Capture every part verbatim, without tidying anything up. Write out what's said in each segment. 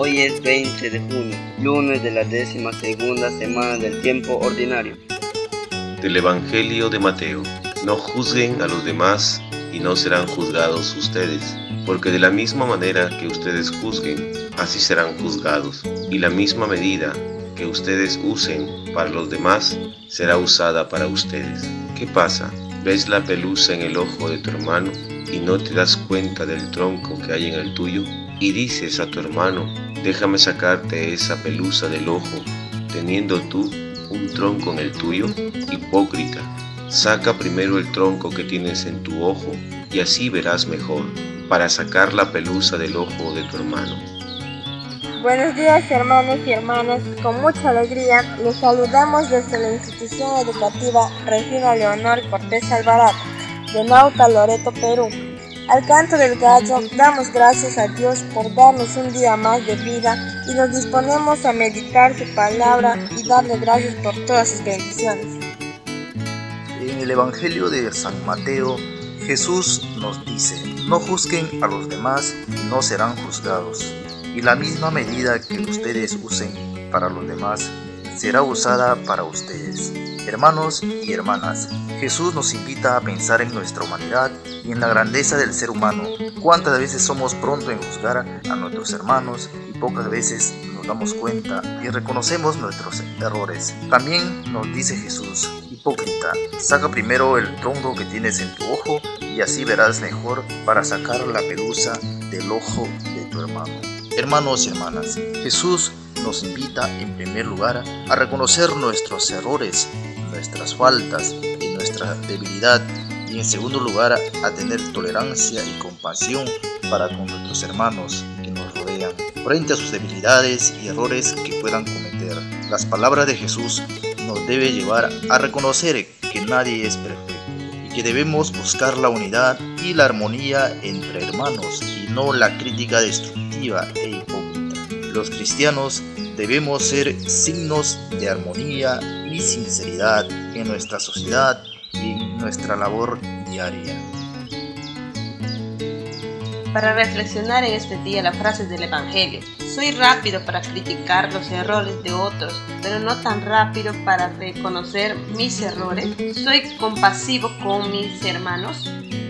Hoy es veinte de junio, lunes de la décima segunda semana del tiempo ordinario. Del Evangelio de Mateo. No juzguen a los demás y no serán juzgados ustedes, porque de la misma manera que ustedes juzguen, así serán juzgados, y la misma medida que ustedes usen para los demás será usada para ustedes. ¿Qué pasa? ¿Ves la pelusa en el ojo de tu hermano y no te das cuenta del tronco que hay en el tuyo? Y dices a tu hermano, déjame sacarte esa pelusa del ojo, teniendo tú un tronco en el tuyo. Hipócrita, saca primero el tronco que tienes en tu ojo y así verás mejor, para sacar la pelusa del ojo de tu hermano. Buenos días, hermanos y hermanas. Con mucha alegría les saludamos desde la institución educativa Regina Leonor Cortés Alvarado, de Nauta, Loreto, Perú. Al canto del gallo, damos gracias a Dios por darnos un día más de vida y nos disponemos a meditar su palabra y darle gracias por todas sus bendiciones. En el Evangelio de San Mateo, Jesús nos dice, no juzguen a los demás y no serán juzgados, y la misma medida que ustedes usen para los demás será usada para ustedes. Hermanos y hermanas, Jesús nos invita a pensar en nuestra humanidad y en la grandeza del ser humano. ¿Cuántas veces somos prontos en juzgar a nuestros hermanos y pocas veces nos damos cuenta y reconocemos nuestros errores? También nos dice Jesús, hipócrita, saca primero el tronco que tienes en tu ojo y así verás mejor para sacar la pelusa del ojo de tu hermano. Hermanos y hermanas, Jesús nos invita en primer lugar a reconocer nuestros errores, nuestras faltas y nuestra debilidad, y en segundo lugar a tener tolerancia y compasión para con nuestros hermanos que nos rodean, frente a sus debilidades y errores que puedan cometer. Las palabras de Jesús nos deben llevar a reconocer que nadie es perfecto y que debemos buscar la unidad y la armonía entre hermanos y no la crítica destructiva e hipócrita. Los cristianos debemos ser signos de armonía y sinceridad en nuestra sociedad y en nuestra labor diaria. Para reflexionar en este día las frases del Evangelio. Soy rápido para criticar los errores de otros, pero no tan rápido para reconocer mis errores. Soy compasivo con mis hermanos.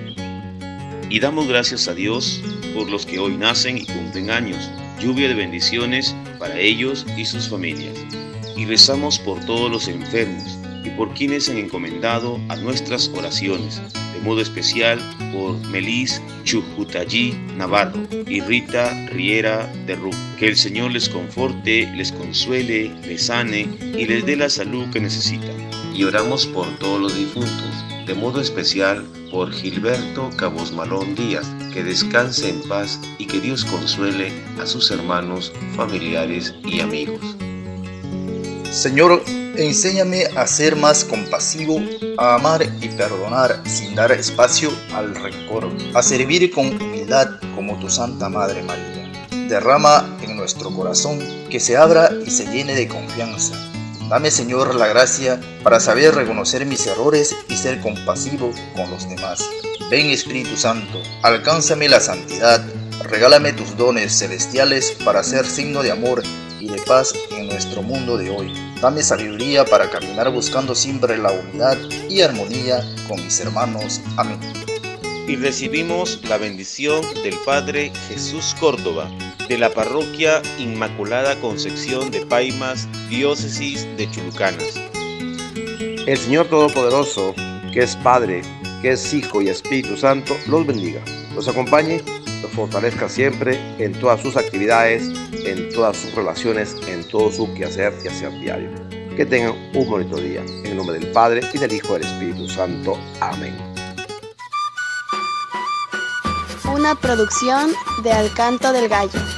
Y damos gracias a Dios por los que hoy nacen y cumplen años. Lluvia de bendiciones para ellos y sus familias. Y rezamos por todos los enfermos y por quienes han encomendado a nuestras oraciones, de modo especial por Melis Chujutallí Navarro y Rita Riera de Ru. Que el Señor les conforte, les consuele, les sane y les dé la salud que necesitan. Y oramos por todos los difuntos, de modo especial por Gilberto Cabosmalón Díaz, que descanse en paz y que Dios consuele a sus hermanos, familiares y amigos. Señor, enséñame a ser más compasivo, a amar y perdonar sin dar espacio al rencor, a servir con humildad como tu Santa Madre María. Derrama en nuestro corazón que se abra y se llene de confianza. Dame, Señor, la gracia para saber reconocer mis errores y ser compasivo con los demás. Ven, Espíritu Santo, alcánzame la santidad, regálame tus dones celestiales para ser signo de amor y de paz en nuestro mundo de hoy. Dame sabiduría para caminar buscando siempre la unidad y armonía con mis hermanos. Amén. Y recibimos la bendición del Padre Jesús Córdoba, de la Parroquia Inmaculada Concepción de Paimas, Diócesis de Chulucanas. El Señor Todopoderoso, que es Padre, que es Hijo y Espíritu Santo, los bendiga, los acompañe, los fortalezca siempre en todas sus actividades, en todas sus relaciones, en todo su quehacer y hacer diario. Que tengan un bonito día. En el nombre del Padre, y del Hijo y del Espíritu Santo. Amén. Una producción de Al Canto del Gallo.